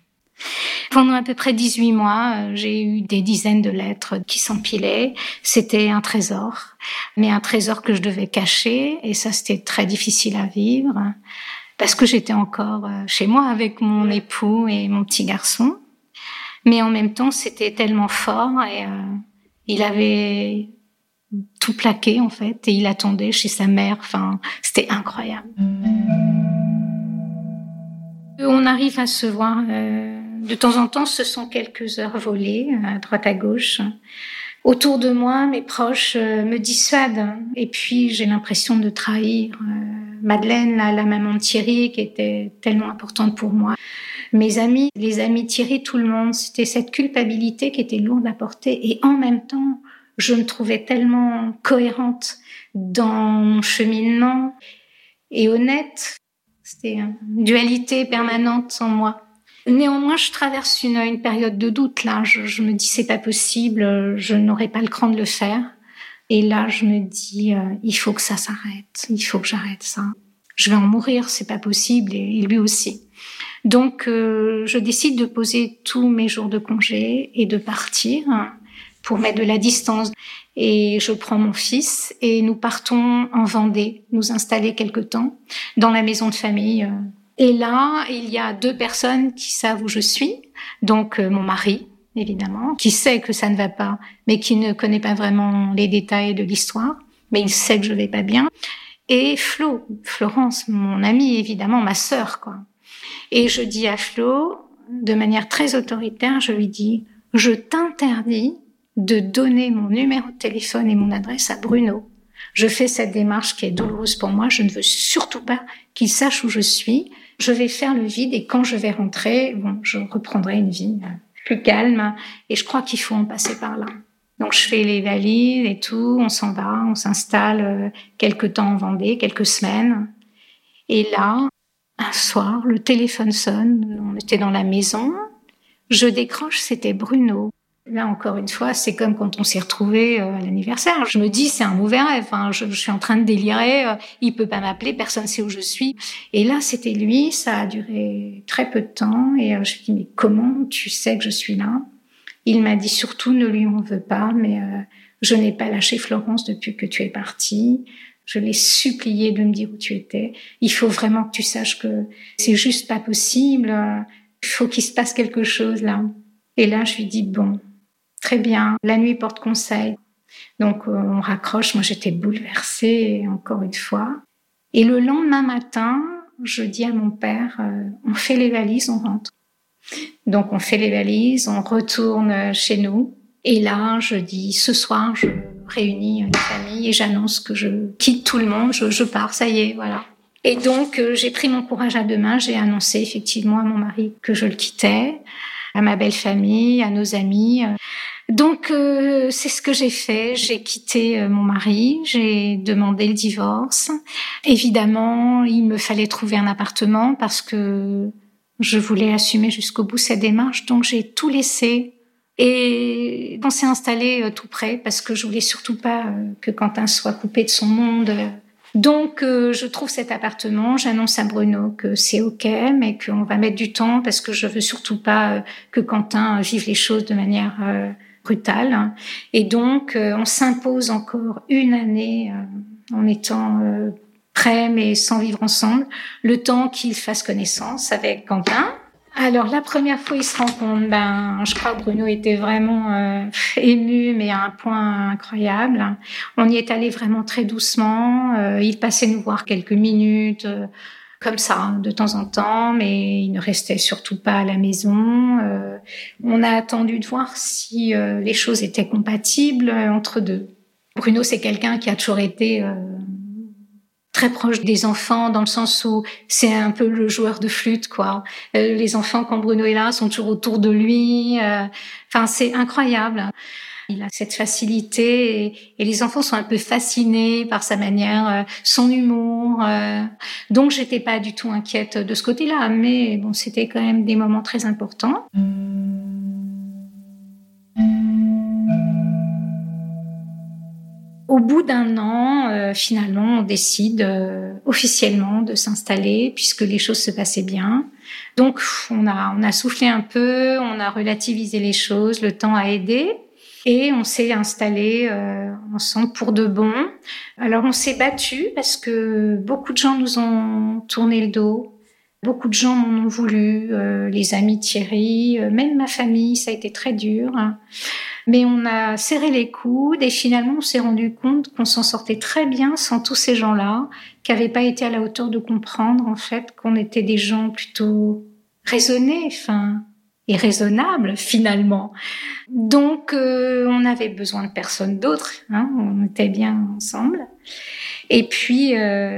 Pendant à peu près 18 mois, j'ai eu des dizaines de lettres qui s'empilaient. C'était un trésor, mais un trésor que je devais cacher, et ça, c'était très difficile à vivre, parce que j'étais encore chez moi avec mon époux et mon petit garçon. Mais en même temps, c'était tellement fort, et il avait tout plaqué en fait, et il attendait chez sa mère. Enfin, c'était incroyable. On arrive à se voir de temps en temps. Ce sont quelques heures volées à droite à gauche. Autour de moi, mes proches me dissuadent. Et puis, j'ai l'impression de trahir Madeleine, la maman de Thierry, qui était tellement importante pour moi. Mes amis, les amis de Thierry, tout le monde, c'était cette culpabilité qui était lourde à porter. Et en même temps, je me trouvais tellement cohérente dans mon cheminement et honnête. C'était une dualité permanente en moi. Néanmoins, je traverse une période de doute. Là, je me dis, c'est pas possible, je n'aurai pas le cran de le faire. Et là, je me dis, il faut que ça s'arrête. Il faut que j'arrête ça. Je vais en mourir, c'est pas possible, et lui aussi. Donc, je décide de poser tous mes jours de congé et de partir pour mettre de la distance. Et je prends mon fils et nous partons en Vendée, nous installer quelque temps dans la maison de famille. Et là, il y a 2 personnes qui savent où je suis. Donc, mon mari, évidemment, qui sait que ça ne va pas, mais qui ne connaît pas vraiment les détails de l'histoire, mais il sait que je vais pas bien. Et Florence, mon amie, évidemment, ma sœur, quoi. Et je dis à Flo, de manière très autoritaire, je lui dis, je t'interdis de donner mon numéro de téléphone et mon adresse à Bruno. Je fais cette démarche qui est douloureuse pour moi. Je ne veux surtout pas qu'il sache où je suis. Je vais faire le vide et quand je vais rentrer, je reprendrai une vie plus calme. Et je crois qu'il faut en passer par là. Donc, je fais les valises et tout. On s'en va, on s'installe quelques temps en Vendée, quelques semaines. Et là, un soir, le téléphone sonne. On était dans la maison. Je décroche, c'était Bruno. Là, encore une fois, c'est comme quand on s'est retrouvés à l'anniversaire. Je me dis, c'est un mauvais rêve. Hein. Je suis en train de délirer. Il peut pas m'appeler. Personne sait où je suis. Et là, c'était lui. Ça a duré très peu de temps. Et je lui dis, mais comment tu sais que je suis là? Il m'a dit, surtout, ne lui en veux pas. Mais je n'ai pas lâché Florence depuis que tu es partie. Je l'ai supplié de me dire où tu étais. Il faut vraiment que tu saches que c'est juste pas possible. Il faut qu'il se passe quelque chose là. Et là, je lui dis, bon, très bien, la nuit porte conseil. Donc, on raccroche. Moi, j'étais bouleversée, encore une fois. Et le lendemain matin, je dis à mon père, on fait les valises, on rentre. Donc, on fait les valises, on retourne chez nous. Et là, je dis, ce soir, je réunis une famille et j'annonce que je quitte tout le monde, je pars, ça y est, voilà. Et donc, j'ai pris mon courage à 2 mains, j'ai annoncé effectivement à mon mari que je le quittais, à ma belle famille, à nos amis. Donc, c'est ce que j'ai fait. J'ai quitté mon mari, j'ai demandé le divorce. Évidemment, il me fallait trouver un appartement parce que je voulais assumer jusqu'au bout cette démarche. Donc, j'ai tout laissé. Et on s'est installé tout près parce que je voulais surtout pas que Quentin soit coupé de son monde. Donc, je trouve cet appartement, j'annonce à Bruno que c'est OK, mais qu'on va mettre du temps parce que je veux surtout pas que Quentin vive les choses de manière brutale. Et donc, on s'impose encore 1 année en étant prêts mais sans vivre ensemble, le temps qu'il fasse connaissance avec Quentin. Alors, la première fois, il se rend compte, je crois que Bruno était vraiment ému, mais à un point incroyable. On y est allé vraiment très doucement. Il passait nous voir quelques minutes, comme ça, de temps en temps, mais il ne restait surtout pas à la maison. On a attendu de voir si les choses étaient compatibles entre deux. Bruno, c'est quelqu'un qui a toujours été très proche des enfants, dans le sens où c'est un peu le joueur de flûte, quoi. Les enfants, quand Bruno est là, sont toujours autour de lui. Enfin, c'est incroyable. Il a cette facilité et les enfants sont un peu fascinés par sa manière, son humour. Donc, j'étais pas du tout inquiète de ce côté-là, mais bon, c'était quand même des moments très importants. Au bout d'1 an, finalement, on décide officiellement de s'installer puisque les choses se passaient bien. Donc, on a soufflé un peu, on a relativisé les choses, le temps a aidé et on s'est installé ensemble pour de bon. Alors, on s'est battu parce que beaucoup de gens nous ont tourné le dos. Beaucoup de gens m'en ont voulu, les amis de Thierry, même ma famille, ça a été très dur. Mais on a serré les coudes et finalement on s'est rendu compte qu'on s'en sortait très bien sans tous ces gens-là, qui n'avaient pas été à la hauteur de comprendre en fait qu'on était des gens plutôt raisonnés, et raisonnables finalement. Donc on avait besoin de personne d'autre, on était bien ensemble. Et puis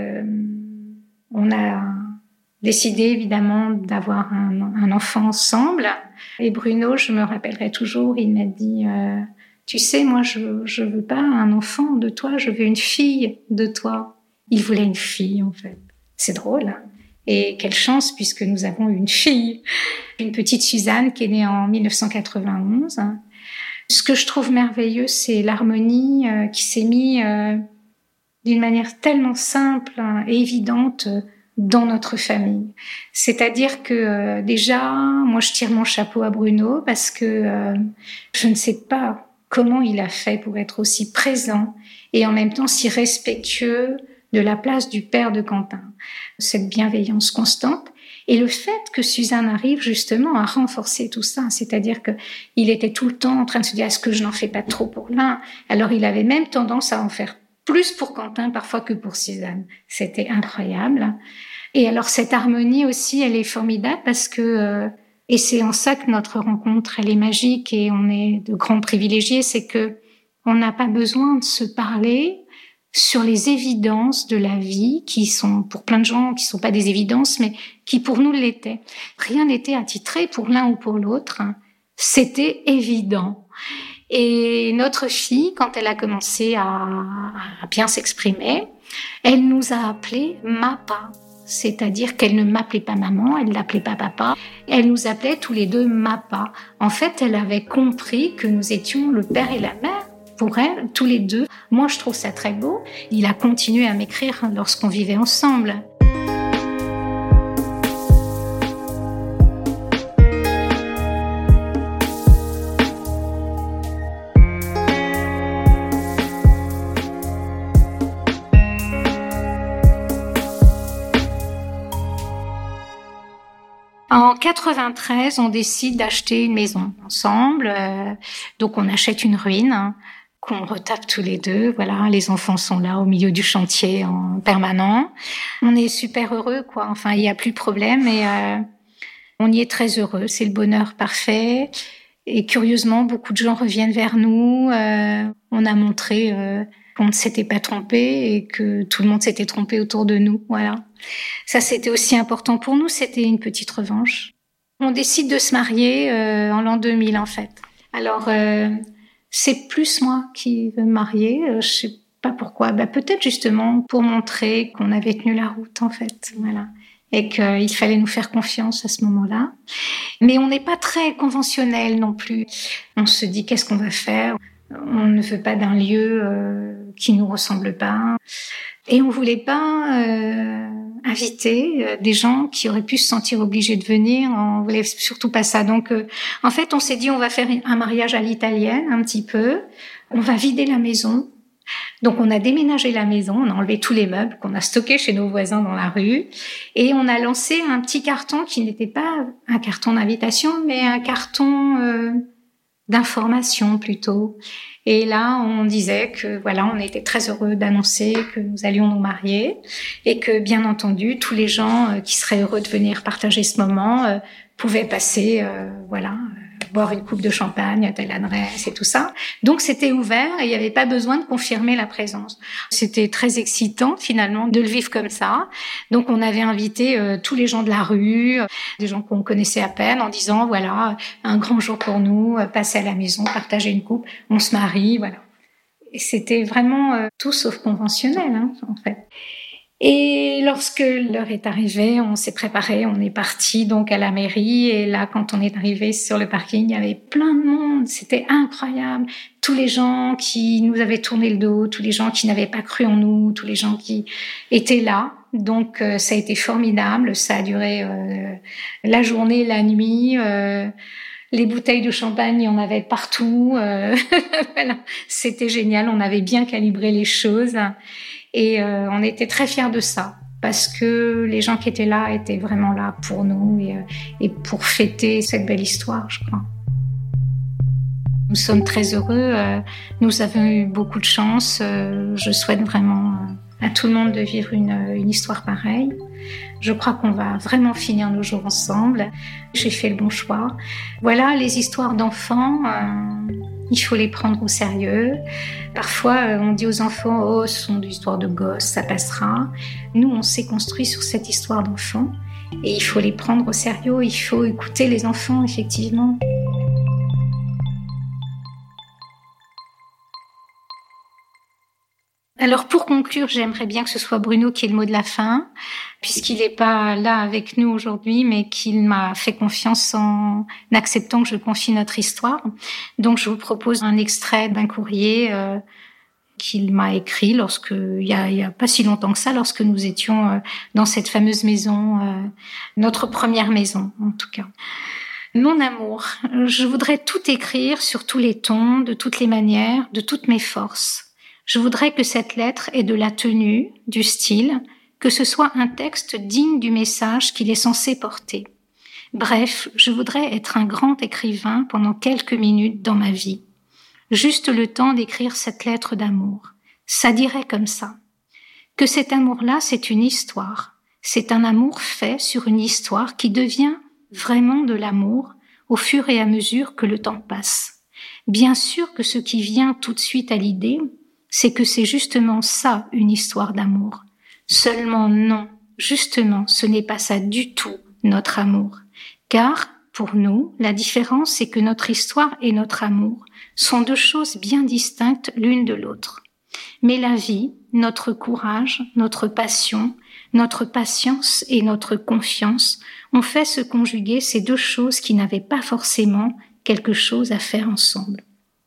on a décidé évidemment d'avoir un enfant ensemble. Et Bruno, je me rappellerai toujours, il m'a dit tu sais, moi je veux pas un enfant de toi, je veux une fille de toi. Il voulait une fille en fait. C'est drôle, hein. Et quelle chance puisque nous avons une fille, une petite Suzanne qui est née en 1991. Ce que je trouve merveilleux, c'est l'harmonie qui s'est mise d'une manière tellement simple et évidente dans notre famille. C'est-à-dire que déjà, moi je tire mon chapeau à Bruno parce que je ne sais pas comment il a fait pour être aussi présent et en même temps si respectueux de la place du père de Quentin. Cette bienveillance constante et le fait que Suzanne arrive justement à renforcer tout ça, c'est-à-dire que il était tout le temps en train de se dire est-ce que je n'en fais pas trop pour l'un? Alors il avait même tendance à en faire plus pour Quentin parfois que pour Suzanne. C'était incroyable. Et alors cette harmonie aussi, elle est formidable parce que et c'est en ça que notre rencontre elle est magique et on est de grands privilégiés, c'est que on n'a pas besoin de se parler sur les évidences de la vie qui sont pour plein de gens qui sont pas des évidences mais qui pour nous l'étaient. Rien n'était attitré pour l'un ou pour l'autre, c'était évident. Et notre fille, quand elle a commencé à bien s'exprimer, elle nous a appelés Mapa. C'est-à-dire qu'elle ne m'appelait pas maman, elle l'appelait pas papa. Elle nous appelait tous les deux Mapa. En fait, elle avait compris que nous étions le père et la mère pour elle, tous les deux. Moi, je trouve ça très beau. Il a continué à m'écrire lorsqu'on vivait ensemble. En 93, on décide d'acheter une maison ensemble. Donc, on achète une ruine qu'on retape tous les deux. Voilà, les enfants sont là au milieu du chantier en permanent. On est super heureux, quoi. Enfin, il n'y a plus de problème et on y est très heureux. C'est le bonheur parfait. Et curieusement, beaucoup de gens reviennent vers nous. On a montré qu'on ne s'était pas trompé et que tout le monde s'était trompé autour de nous. Voilà. Ça, c'était aussi important pour nous. C'était une petite revanche. On décide de se marier en l'an 2000, en fait. Alors, c'est plus moi qui veux me marier. Je sais pas pourquoi. Peut-être justement pour montrer qu'on avait tenu la route, en fait. Voilà. Et qu'il fallait nous faire confiance à ce moment-là. Mais on n'est pas très conventionnel non plus. On se dit, qu'est-ce qu'on va faire ? On ne veut pas d'un lieu qui nous ressemble pas. Et on voulait pas inviter des gens qui auraient pu se sentir obligés de venir. On voulait surtout pas ça. Donc, en fait, on s'est dit, on va faire un mariage à l'italienne, un petit peu. On va vider la maison. Donc, on a déménagé la maison, on a enlevé tous les meubles qu'on a stockés chez nos voisins dans la rue. Et on a lancé un petit carton qui n'était pas un carton d'invitation, mais un carton d'information plutôt. Et là, on disait que voilà, on était très heureux d'annoncer que nous allions nous marier et que bien entendu, tous les gens qui seraient heureux de venir partager ce moment pouvaient passer, boire une coupe de champagne à telle adresse et tout ça. Donc c'était ouvert et il n'y avait pas besoin de confirmer la présence. C'était très excitant finalement de le vivre comme ça. Donc on avait invité tous les gens de la rue, des gens qu'on connaissait à peine, en disant voilà, un grand jour pour nous, passer à la maison, partager une coupe, on se marie, voilà. Et c'était vraiment tout sauf conventionnel, en fait. Et lorsque l'heure est arrivée, on s'est préparé, on est parti donc à la mairie. Et là, quand on est arrivé sur le parking, il y avait plein de monde. C'était incroyable. Tous les gens qui nous avaient tourné le dos, tous les gens qui n'avaient pas cru en nous, tous les gens qui étaient là. Donc, ça a été formidable. Ça a duré la journée, la nuit. Les bouteilles de champagne, il y en avait partout. Voilà. C'était génial. On avait bien calibré les choses. Et on était très fiers de ça, parce que les gens qui étaient là étaient vraiment là pour nous et pour fêter cette belle histoire, je crois. Nous sommes très heureux, nous avons eu beaucoup de chance. Je souhaite vraiment à tout le monde de vivre une histoire pareille. Je crois qu'on va vraiment finir nos jours ensemble. J'ai fait le bon choix. Voilà, les histoires d'enfants, il faut les prendre au sérieux. Parfois, on dit aux enfants « Oh, ce sont des histoires de gosses, ça passera ». Nous, on s'est construit sur cette histoire d'enfants et il faut les prendre au sérieux, il faut écouter les enfants, effectivement. Alors pour conclure, j'aimerais bien que ce soit Bruno qui ait le mot de la fin, puisqu'il n'est pas là avec nous aujourd'hui, mais qu'il m'a fait confiance en acceptant que je confie notre histoire. Donc je vous propose un extrait d'un courrier qu'il m'a écrit il y a pas si longtemps que ça, lorsque nous étions dans cette fameuse maison, notre première maison en tout cas. Mon amour, je voudrais tout écrire sur tous les tons, de toutes les manières, de toutes mes forces. Je voudrais que cette lettre ait de la tenue, du style, que ce soit un texte digne du message qu'il est censé porter. Bref, je voudrais être un grand écrivain pendant quelques minutes dans ma vie. Juste le temps d'écrire cette lettre d'amour. Ça dirait comme ça. Que cet amour-là, c'est une histoire. C'est un amour fait sur une histoire qui devient vraiment de l'amour au fur et à mesure que le temps passe. Bien sûr que ce qui vient tout de suite à l'idée, c'est que c'est justement ça, une histoire d'amour. Seulement non, justement, ce n'est pas ça du tout, notre amour. Car, pour nous, la différence, c'est que notre histoire et notre amour sont deux choses bien distinctes l'une de l'autre. Mais la vie, notre courage, notre passion, notre patience et notre confiance ont fait se conjuguer ces deux choses qui n'avaient pas forcément quelque chose à faire ensemble.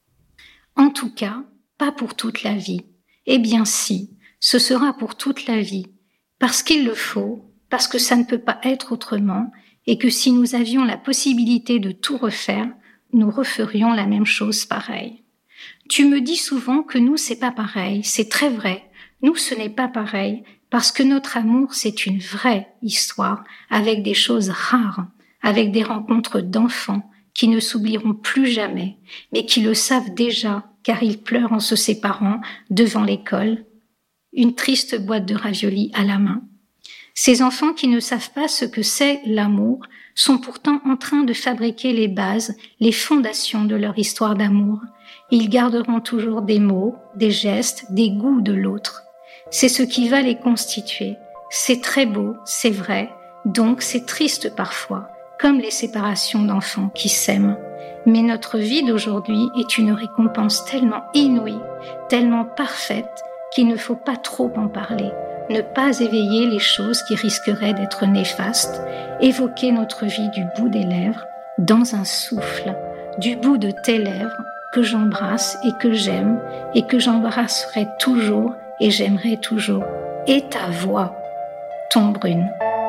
En tout cas, pas pour toute la vie. Eh bien si, ce sera pour toute la vie. Parce qu'il le faut, parce que ça ne peut pas être autrement, et que si nous avions la possibilité de tout refaire, nous referions la même chose pareille. Tu me dis souvent que nous, c'est pas pareil. C'est très vrai. Nous, ce n'est pas pareil, parce que notre amour, c'est une vraie histoire, avec des choses rares, avec des rencontres d'enfants qui ne s'oublieront plus jamais, mais qui le savent déjà, car ils pleurent en se séparant devant l'école, une triste boîte de raviolis à la main. Ces enfants qui ne savent pas ce que c'est l'amour sont pourtant en train de fabriquer les bases, les fondations de leur histoire d'amour. Ils garderont toujours des mots, des gestes, des goûts de l'autre. C'est ce qui va les constituer. C'est très beau, c'est vrai, donc c'est triste parfois, comme les séparations d'enfants qui s'aiment. Mais notre vie d'aujourd'hui est une récompense tellement inouïe, tellement parfaite, qu'il ne faut pas trop en parler. Ne pas éveiller les choses qui risqueraient d'être néfastes, évoquer notre vie du bout des lèvres, dans un souffle, du bout de tes lèvres, que j'embrasse et que j'aime, et que j'embrasserai toujours et j'aimerai toujours. Et ta voix, ton Brune.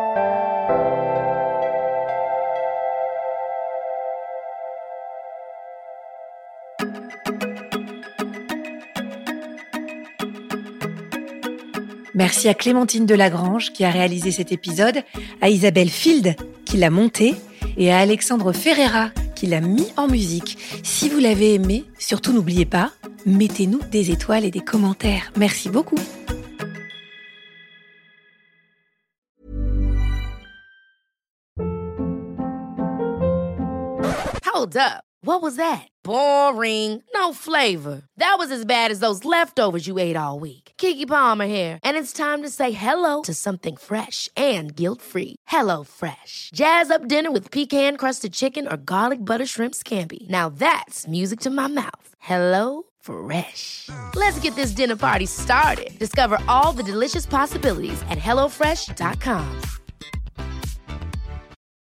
Merci à Clémentine Delagrange qui a réalisé cet épisode, à Isabelle Field qui l'a monté et à Alexandre Ferreira qui l'a mis en musique. Si vous l'avez aimé, surtout n'oubliez pas, mettez-nous des étoiles et des commentaires. Merci beaucoup. Hold up. What was that? Boring. No flavor. That was as bad as those leftovers you ate all week. Keke Palmer here, and it's time to say hello to something fresh and guilt-free. Hello Fresh. Jazz up dinner with pecan-crusted chicken or garlic butter shrimp scampi. Now that's music to my mouth. Hello Fresh. Let's get this dinner party started. Discover all the delicious possibilities at HelloFresh.com.